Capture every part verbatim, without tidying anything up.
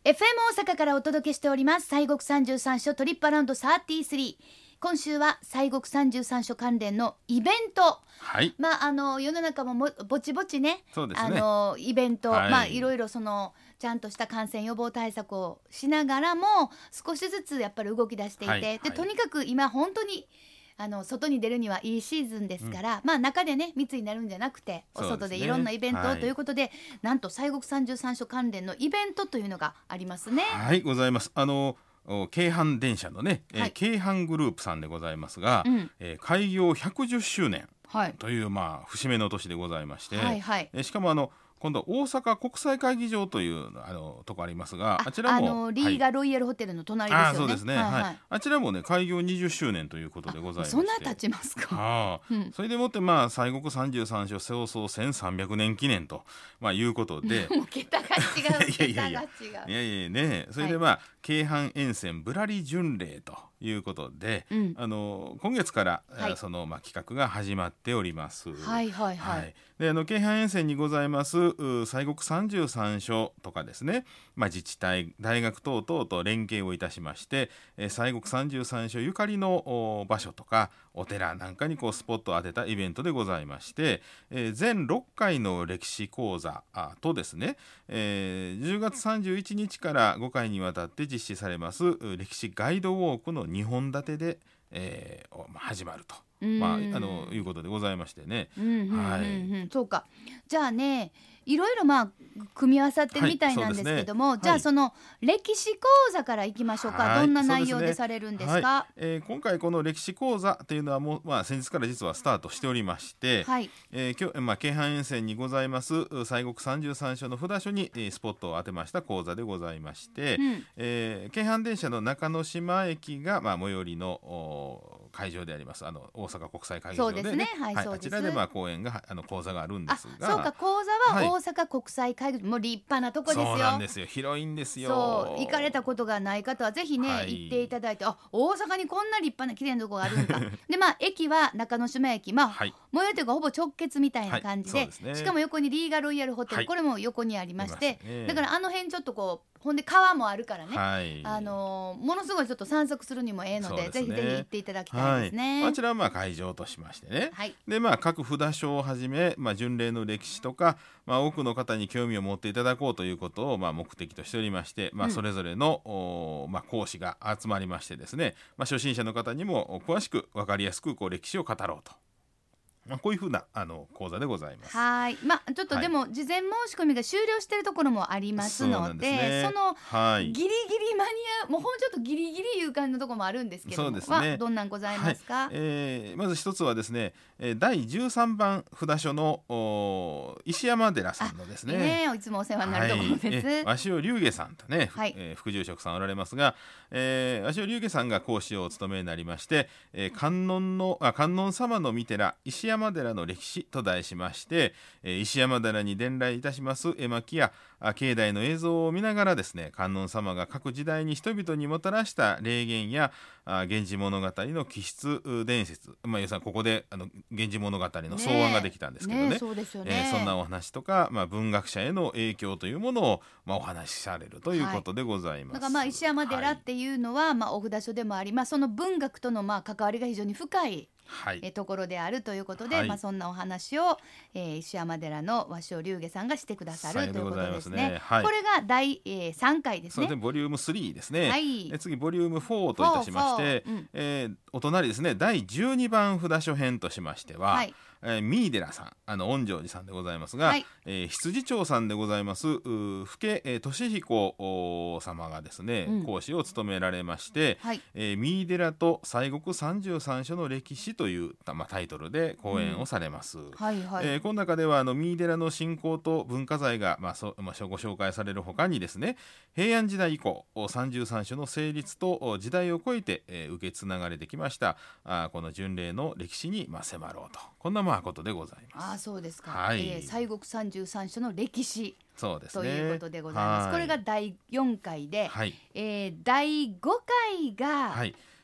エフエム 大阪からお届けしております西国三十三所トリップアラウンドさんじゅうさん。今週は西国三十三所関連のイベント、 はい、 まあ、あの世の中ももぼちぼち ね, そうですねあのイベント、 はい、 まあ、いろいろそのちゃんとした感染予防対策をしながらも少しずつやっぱり動き出していて、はい、でとにかく今本当にあの外に出るにはいいシーズンですから、うん、まあ中でね密になるんじゃなくてお外でいろんなイベントをということで、はい、なんと西国三十三所関連のイベントというのがありますね。 はいございます。あの京阪電車のね、はい、京阪グループさんでございますが、うん、えー、開業ひゃくじゅっしゅうねんという、まあ、節目の年でございまして、はいはい、えー、しかもあの今度大阪国際会議場というあのとこありますが、 あ, あちらもあのリーガロイヤルホテルの隣ですよね。 あそうですね、はいはいはい、あちらもね開業にじゅっしゅうねんということでございまして、 そんな経ちますか。 はあ、うん、それでもってまあ西国三十三所創創せんさんびゃくねん記念と、まあ、いうことでもう桁が違う桁が違ういやいやいやいやいやね、それでまあ、はい、京阪沿線ぶらり巡礼ということで、うん、あの今月から、はい、そのまあ、企画が始まっております。 はいはいはい、はい、 であの京阪沿線にございます西国三十三所とかですね、まあ、自治体大学等々と連携をいたしまして、えー、西国三十三所ゆかりの場所とかお寺なんかにこうスポットを当てたイベントでございまして、えー、全ろっかいの歴史講座とですね、えー、じゅうがつさんじゅういちにちからごかいにわたって実施されます歴史ガイドウォークのにほん立てで、えー、始まると、まあ、あのいうことでございましてね、 うんうんうんうん、はい、そうか。じゃあねいろいろまあ組み合わさってみたいなんですけども、はいね、じゃあその歴史講座からいきましょうか、はい、どんな内容でされるんですか。 はい、えー、今回この歴史講座というのはもう、まあ、先日から実はスタートしておりまして、はい、えーきょまあ、京阪沿線にございます西国三十三所の札所に、えー、スポットを当てました講座でございまして、うん、えー、京阪電車の中之島駅が、まあ、最寄りの会場でありますあの大阪国際会議場で、ね、そうですね、はいはい、あちらでまあ講演があの講座があるんですが、 あそうか講座は大阪国際会議場、はい、もう立派なとこですよ。 そうなんですよ、広いんですよ。 そう行かれたことがない方はぜひね、はい、行っていただいて、あ大阪にこんな立派な綺麗なとこがあるんかでまあ駅は中之島駅、まあ、はい、最寄りというかほぼ直結みたいな感じ で,、はいでね、しかも横にリーガロイヤルホテル、はい、これも横にありまして、ね、だからあの辺ちょっとこうほんで川もあるからね、はい、あのー、ものすごいちょっと散策するにもええの で, で、ね、ぜひぜひ行っていただきたいですね。 はい、こちらはまあ会場としましてね、はい、でまあ各札所をはじめ、まあ、巡礼の歴史とか、まあ、多くの方に興味を持っていただこうということをまあ目的としておりまして、まあ、それぞれの、うんまあ、講師が集まりましてですね、まあ、初心者の方にも詳しく分かりやすくこう歴史を語ろうと、まあ、こういうふうなあの講座でございます。 はい、まあ、ちょっとでも事前申し込みが終了しているところもありますの で, そ, で、ね、その、はい、ギリギリ間に合うもうほんちょっとギリギリいう感じのところもあるんですけども、そうですね、はどんなんございますか。はい、 えー、まず一つはですねだいじゅうさんばん札所の石山寺さんのですね、 ねいつもお世話になるところです、はい、 鷲尾龍下さんとね、はいえー、副住職さんおられますが、えー、鷲尾龍下さんが講師をお務めになりまして、えー、観音のあ観音様の御寺石山寺の歴史と題しまして、えー、石山寺に伝来いたします絵巻や境内の映像を見ながらですね、観音様が各時代に人々にもたらした霊言や源氏物語の気質伝説、まあ、要するにここであの源氏物語の草案ができたんですけど ね, ね, そうですよね、えー、そんなお話とか、まあ、文学者への影響というものを、まあ、お話しされるということでございます。はい、だからまあ石山寺っていうのは、はいまあ、お札所でもあり、まあ、その文学とのまあ関わりが非常に深いはい、えところであるということで、はいまあ、そんなお話を、えー、石山寺の鷲尾龍下さんがしてくださるということですね。はい、これがだい、えー、さんかいですね。 そうでボリュームスリーですね。はい、次ボリュームフォーといたしまして、うんえー、お隣ですねだいじゅうにばん札所編としましては、はいえー、三井寺さんあの恩成寺さんでございますが、はいえー、羊町さんでございます福家、えー、俊彦様がですね、うん、講師を務められまして、はいえー、三井寺と西国三十三所の歴史という、まあ、タイトルで講演をされます。うんはいはいえー、この中ではあの三井寺の信仰と文化財が、まあそまあ、ご紹介されるほかにですね平安時代以降三十三所の成立と時代を超えて、えー、受け継がれてきましたあこの巡礼の歴史に、まあ、迫ろうとこんなまあことでございます。 あそうですか、はいえー、西国三十三所の歴史そうですね、 ということでございます。これがだいよんかいで、はいえー、だいごかいが、 はい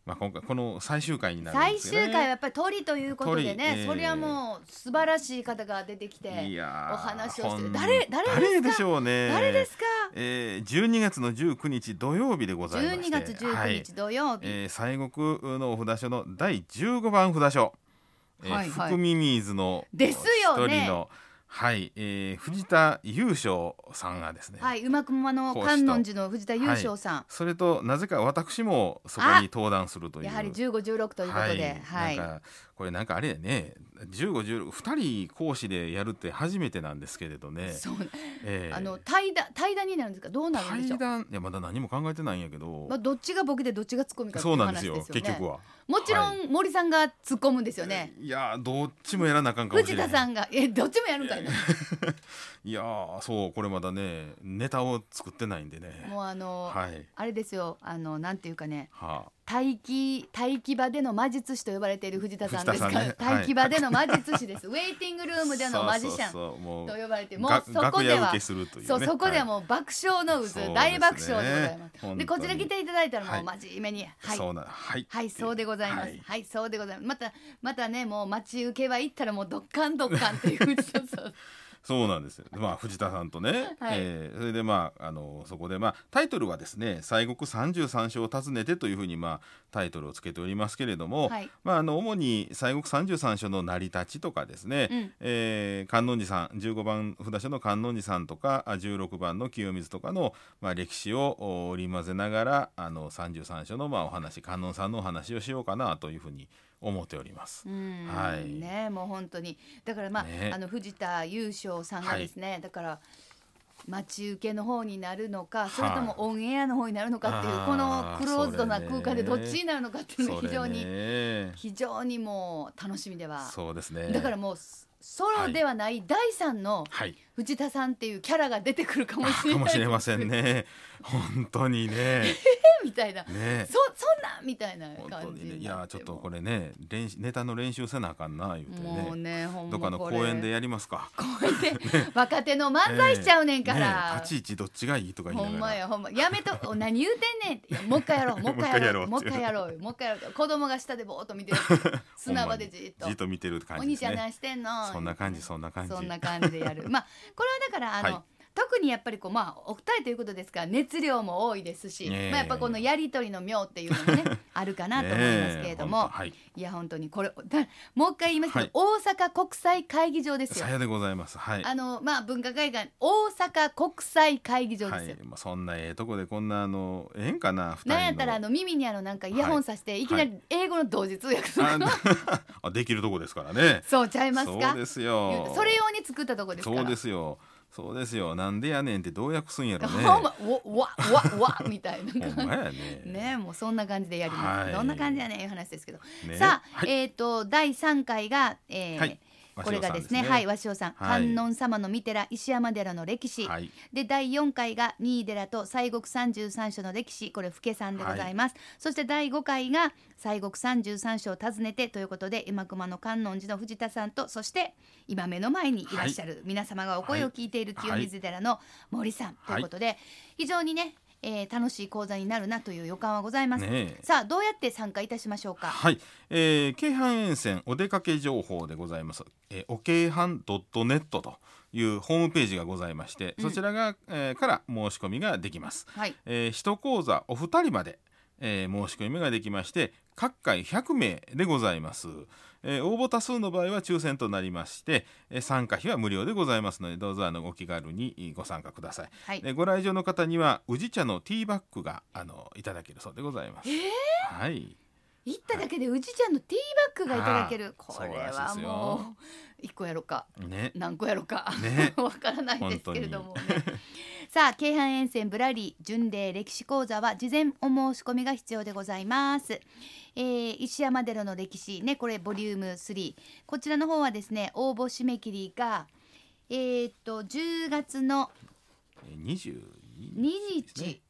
まあ、今回この最終回になるんですよね。 最終回はやっぱり鳥ということでね、えー、それはもう素晴らしい方が出てきていやお話をしてる。誰誰ですか？ 誰でしょうね。 誰ですか？ えー、じゅうにがつのじゅうくにち土曜日でございまして、 じゅうにがつじゅうくにち土曜日、はい、 えー、西国のお札所のだいじゅうごばん札所、えーはいはい、福ミミーズの一人のはい、えー、藤田優勝さんがですね、 はい、馬熊の観音寺の藤田優勝さん、はい、 それとなぜか私もそこに登壇するという、 やはりじゅうご、じゅうろくということで、 はい、なんかこれなんかあれやね、じゅうご、じゅうろくふたり講師でやるって初めてなんですけれどね。 そう、えー、あの対談対談になるんですか、どうなるんでしょう。 対談いやまだ何も考えてないんやけど、 まあ、どっちがボケでどっちがツッコミかっていう話ですよね。 そうなんですよ結局は。 もちろん森さんが突っ込むんですよね。 いやどっちもやらなあかんかもしれない。 藤田さんがえどっちもやるんかいな。 いやそうこれまだねネタを作ってないんでね。 もうあの、 はい、 あれですよ、あのなんていうかね、 はあ、 待機待機場での魔術師と呼ばれている藤田さんですから、 ね、 待機場での魔術師です。ウェイティングルームでのマジシャンと呼ばれて、もうそこでは、ね、そうそこではもう爆笑の渦、はい、大爆笑でございます。でこちら来ていただいたらもう真面目に、はい、そうな、はい、はい、そうでございます。はい、はい、そうでございます。またまたね、もう待ち受けは行ったらもうドッカンドッカンっていう藤田さん。 そうなんですよ、まあ、藤田さんとね、はい、えー、それで、まあ、あのそこで、まあ、タイトルはですね西国三十三所を訪ねてというふうに、まあ、タイトルをつけておりますけれども、はい、まあ、あの主に西国三十三所の成り立ちとかですね、うん、えー、観音寺さんじゅうごばん札所の観音寺さんとかじゅうろくばんの清水とかの、まあ、歴史を織り交ぜながらあの三十三所の、まあ、お話、観音さんのお話をしようかなというふうに思っております。はいね、もう本当にだから、まあね、あの藤田優勝さんがですね、はい、だから待ち受けの方になるのか、それともオンエアの方になるのかっていう、このクローズドな空間でどっちになるのかっていうのが非常に、非常にもう楽しみでは。 そうですね。 だからもうソロではないだいさんの藤田さんっていうキャラが出てくるかもしれない、 かもしれませんね。本当にね。 みたいな、ね、そ, そんなみたいな感じになって、ね、 いやちょっとこれね練ネタの練習せなあかんな言うて ね, もうねほんまどっかの公園でやりますか。 公園で、ね、若手の漫才しちゃうねんから、 ね、立ち位置どっちがいいとか言いながら、 ほんまやほんまやめと何言うてんねんって、もう一回やろうもう一回やろうもう一回やろうもう一回やろう子供が下でぼーっと見てる砂場でじっとじっと見てる感じですね。 お兄ちゃん何してんの、 そんな感じそんな感じそんな感じでやる。まあこれはだからあの、はい、特にやっぱりこう、まあ、お二人ということですから熱量も多いですし、まあ、やっぱこのやり取りの妙っていうのもねあるかなと思いますけれども、はい、いや本当にこれだもう一回言いますけど、はい、大阪国際会議場ですよ。 さようでございます、はい、 あのまあ、文化会館大阪国際会議場ですよ、 はい、まあ、そんなええとこでこんなあのええんかなふたりのなんやったらあの耳にあのなんかイヤホンさして、はい、いきなり英語の同時通訳するの、はい、 あできるとこですからね。 そうちゃいますか。 そうですよ。 それ用に作ったとこですから。 そうですよそうですよ。なんでやねんってどう訳すんやろね。 ほんまわわわみたいな感じ。 ほんまやね。 ねもうそんな感じでやります、はい、どんな感じやねんいう話ですけど、ね、さあ、はい、えっ、ー、とだいさんかいが、えーはいこれがですね、はい、鷲尾さん、はい、観音様の御寺石山寺の歴史、はい、でだいよんかいが三井寺と西国三十三所の歴史、これ福家さんでございます、はい、そしてだいごかいが西国三十三所を訪ねてということで今熊の観音寺の藤田さんと、そして今目の前にいらっしゃる、はい、皆様がお声を聞いている清水寺の森さんということで、はい、非常にねえー、楽しい講座になるなという予感はございます、ね、さあどうやって参加いたしましょうか。 はい、えー、京阪沿線お出かけ情報でございます、えー、お京阪 .net というホームページがございまして、うん、そちらが、えー、から申し込みができます、はい、えー、一講座お二人まで、えー、申し込みができまして各回ひゃくめいでございます。えー、応募多数の場合は抽選となりまして、えー、参加費は無料でございますのでどうぞあのお気軽にご参加ください、はい、えー、ご来場の方には宇治茶のティーバッグがあのいただけるそうでございます、えーはい、 行っただけで宇治茶のティーバッグがいただける、はい、これはもういっこやろか、ね、何個やろか、ね、わからないですけれどもねさあ京阪沿線ぶらり巡礼歴史講座は事前お申し込みが必要でございます、えー、石山寺の歴史ね、これボリュームスリー、こちらの方はですね応募締め切りがえー、っとじゅうがつのにじゅうににち、 ににち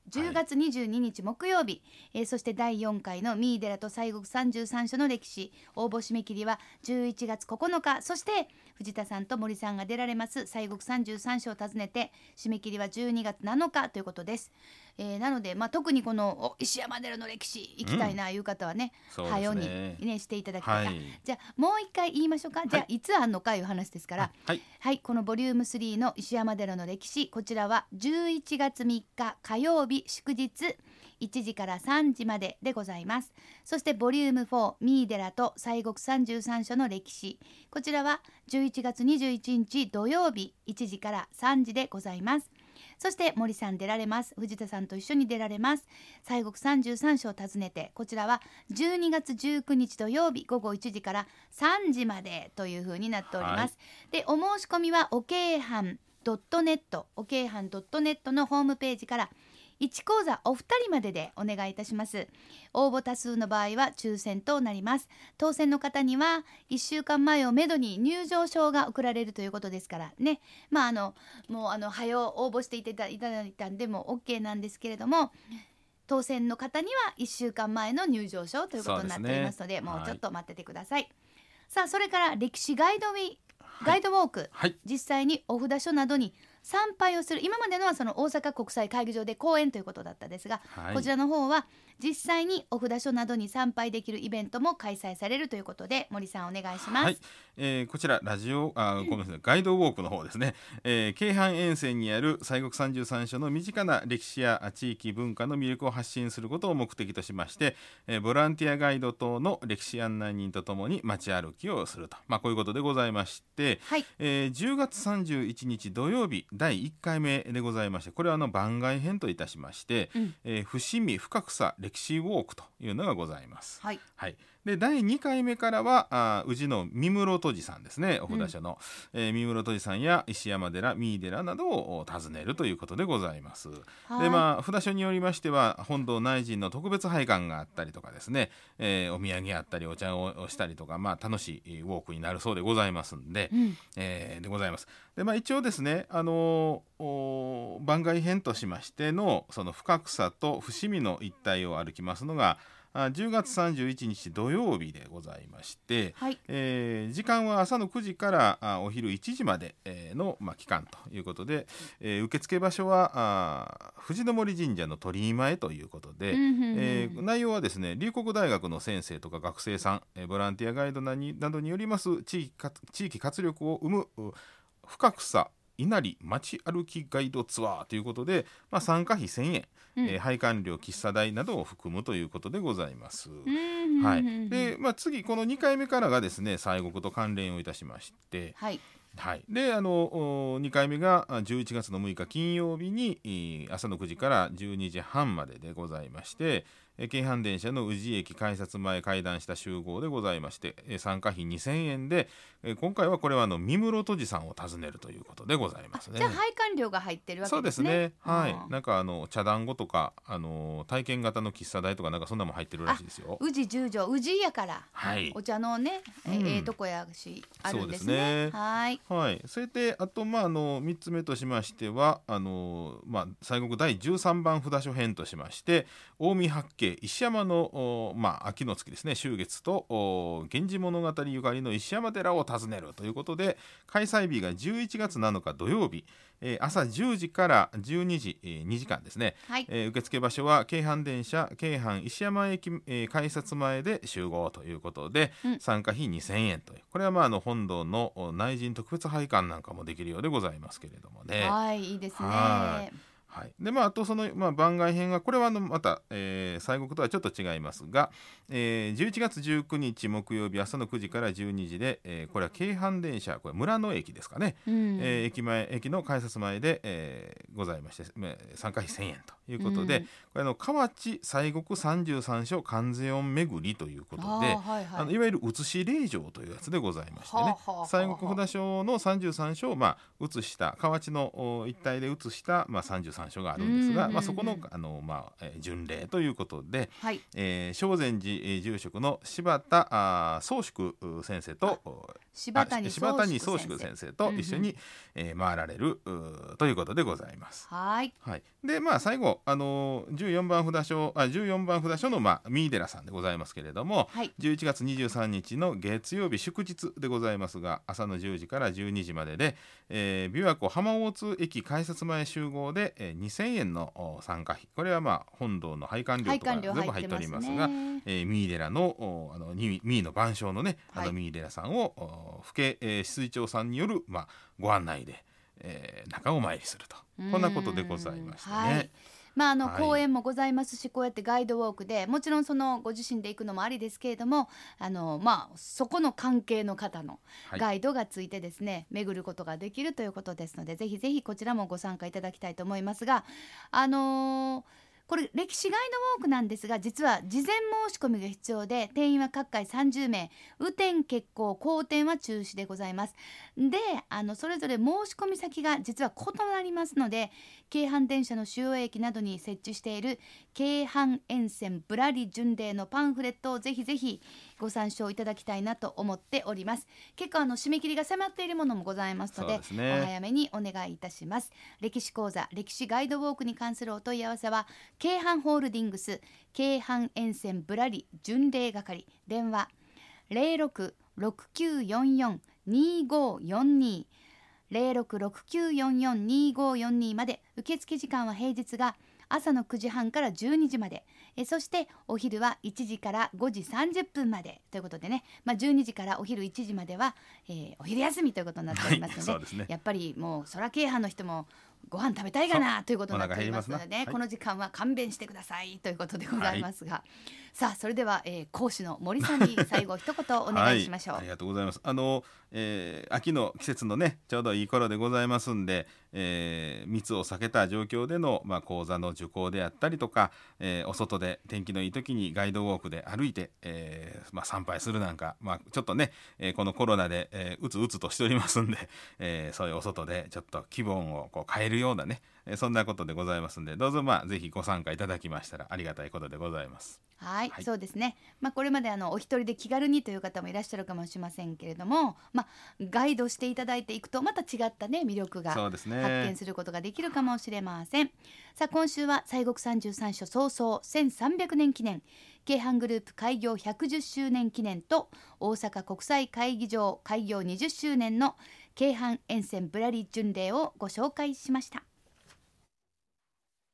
じゅうがつにじゅうににち木曜日、えー、そしてだいよんかいの三井寺と西国三十三所の歴史、応募締め切りはじゅういちがつここのか、そして藤田さんと森さんが出られます西国三十三所を訪ねて締め切りはじゅうにがつなのかということです。えー、なので、まあ、特にこの石山寺の歴史行きたいないう方はね、うん、早に、ね、していただきたい、はい、じゃあもう一回言いましょうか、はい、じゃあいつあんのかいう話ですから、はい、はい、このボリュームスリーの石山寺の歴史、こちらはじゅういちがつみっか火曜日祝日いちじからさんじまででございます。そしてボリュームフォー三井寺と西国三十三所の歴史、こちらはじゅういちがつにじゅういちにち土曜日いちじからさんじでございます。そして森さん出られます、藤田さんと一緒に出られます西国三十三所を訪ねて、こちらはじゅうにがつじゅうくにち土曜日ごごいちじからさんじまでというふうになっております、はい、でお申し込みはおけいはん .net おけいはん .net のホームページからいち講座お二人まででお願いいたします。応募多数の場合は抽選となります。当選の方にはいっしゅうかんまえをめどに入場証が送られるということですからね、まああのもうあの早応募していただいたんでも OK なんですけれども、当選の方にはいっしゅうかんまえの入場証ということになっておりますので、もうちょっと待っててください、はい、さあそれから歴史ガイドウィガイドウォーク、はいはい、実際にお札所などに参拝をする、今までのはその大阪国際会議場で講演ということだったですが、はい、こちらの方は実際にお札所などに参拝できるイベントも開催されるということで、森さんお願いします。はい、 えー、こちらラジオあごめんなさいガイドウォークの方ですね、えー、京阪沿線にある西国三十三所の身近な歴史や地域文化の魅力を発信することを目的としまして、えー、ボランティアガイド等の歴史案内人とともに街歩きをすると、まあ、こういうことでございまして、はい、えー、じゅうがつさんじゅういちにち土曜日だいいっかいめでございまして、これはあの番外編といたしまして、うん、えー、伏見深草歴史ウォークというのがございます。はい、はい、でだいにかいめからはあ宇治の三室戸寺さんですね、お札所の、うん、えー、三室戸寺さんや石山寺三井寺などを訪ねるということでございます。でまあ札所によりましては本堂内陣の特別拝観があったりとかですね、えー、お土産あったりお茶をしたりとか、まあ、楽しいウォークになるそうでございますんで、うん、えー、でございます。で、まあ、一応ですね、あのー、番外編としましてのその深草と伏見の一帯を歩きますのがじゅうがつさんじゅういちにち土曜日でございまして、はい、えー、時間は朝のくじからお昼いちじまでの、まあ、期間ということで、えー、受付場所は藤の森神社の鳥居前ということで、うんうんうん、えー、内容はですね龍谷大学の先生とか学生さん、えー、ボランティアガイドなどによります地域か地域活力を生む深草稲荷街歩きガイドツアーということで、まあ、参加費せんえん、うん、えー、拝観料喫茶代などを含むということでございます。はい、で、まあ、次このにかいめからがですね西国と関連をいたしまして、はい、はい、であのにかいめがじゅういちがつのむいか金曜日に朝のくじからじゅうにじはんまででございまして、京阪電車の宇治駅改札前階段下集合でございまして、参加費にせんえんで、今回はこれはあの三室戸寺さんを訪ねるということでございますね。 じゃあ拝観料が入ってるわけですね。 そうですね、はい、なんかあの茶団子とかあの体験型の喫茶代とかなんかそんなも入ってるらしいですよ。 宇治十条宇治やから、はい、お茶のね、うん、ええー、とこやしあるんですね。そうですね、はい、はい、それであと、まあ、あのみっつめとしましてはあの、まあ、西国だいじゅうさんばん札所編としまして近江八景石山の、まあ、秋の月ですね秋月と源氏物語ゆかりの石山寺を訪ねるということで、開催日がじゅういちがつなのか土曜日、えー、朝じゅうじからじゅうにじ、えー、にじかんですね、はい、えー、受付場所は京阪電車京阪石山駅、えー、改札前で集合ということで、うん、参加費にせんえんという、これはまああの本堂の内陣特別拝観なんかもできるようでございますけれどもね。はい、いいですね。 はいはい、でまあ、あとその、まあ、番外編がこれはあのまた、えー、西国とはちょっと違いますが、えー、じゅういちがつじゅうくにち木曜日朝のくじからじゅうにじで、えー、これは京阪電車これ村野駅ですかね、うん、えー、駅前駅の改札前で、えー、ございまして、参加費せんえんということで、うん、これの河内西国三十三所観世音巡りということで、はいはい、あのいわゆる写し霊場というやつでございましてね、西国札所の三十三所を、まあ、写した河内の一帯で写した、まあ、三十三所があるんですが、まあ、そこの、あの、まあえー、巡礼ということで、はい、えー、正禅寺、えー、住職の柴田あ宗宿先生と柴谷宗宿先生と一緒に、うんうん、えー、回られるということでございます。はい、はい、でまあ最後の、あのじゅうよんばん札所あじゅうよんばん札所の、まあ、三井寺さんでございますけれども、はい、じゅういちがつにじゅうさんにちの月曜日祝日でございますが、朝のじゅうじからじゅうにじまでで、えー、琵琶湖浜大津駅改札前集合で、えー、にせんえんの参加費、これはまあ本堂の拝観料とか全部入っておりますが、えー、三井寺のあの三井の番所のね、あの三井寺さんを府警、えー、司水長さんによる、まあ、ご案内で、えー、中をお参りすると、こんなことでございましたね。はい、 まあ、あの公園もございますし、こうやってガイドウォークでもちろんそのご自身で行くのもありですけれども、あの、まあ、そこの関係の方のガイドがついてですね、はい、巡ることができるということですので、ぜひぜひこちらもご参加いただきたいと思いますが、あのーこれ歴史ガイドウォークなんですが、実は事前申し込みが必要で、定員は各回さんじゅうめい、雨天欠航降天は中止でございます。で、あのそれぞれ申し込み先が実は異なりますので、京阪電車の主要駅などに設置している京阪沿線ぶらり巡礼のパンフレットをぜひぜひご参照いただきたいなと思っております。結構あの締め切りが迫っているものもございますの で, です、ね、お早めにお願いいたします。歴史講座、歴史ガイドウォークに関するお問い合わせは京阪ホールディングス京阪沿線ぶらり巡礼係、電話 ゼロろく ろくきゅうよんよん にごよんに ゼロろく ろくきゅうよんよん にごよんに まで。受付時間は平日が朝のくじはんからじゅうにじまで、えそしてお昼はいちじからごじさんじゅっぷんまでということでね、まあ、じゅうにじからお昼いちじまでは、えー、お昼休みということになっておりますので、はい、そうですね、やっぱりもう空京阪の人もご飯食べたいかなということになっておりますのでね、はい、この時間は勘弁してくださいということでございますが、はい、さあそれでは、えー、講師の森さんに最後一言お願いしましょう。 はい、ありがとうございます。あの、えー、秋の季節のねちょうどいい頃でございますんで、えー、密を避けた状況での、まあ、講座の受講であったりとか、えー、お外で天気のいい時にガイドウォークで歩いて、えーまあ、参拝するなんか、まあ、ちょっとね、えー、このコロナで、えー、うつうつとしておりますんで、えー、そういうお外でちょっと気分をこう変えるようなね、そんなことでございますんで、どうぞまあぜひご参加いただきましたらありがたいことでございます。 はい、はい、そうですね、まあ、これまであのお一人で気軽にという方もいらっしゃるかもしれませんけれども、まあ、ガイドしていただいていくとまた違ったね魅力が発見することができるかもしれません。さあ今週は西国三十三所創創せんさんびゃくねん記念、京阪グループ開業ひゃくじゅっしゅうねん記念と大阪国際会議場開業にじゅっしゅうねんの京阪沿線ぶらり巡礼をご紹介しました。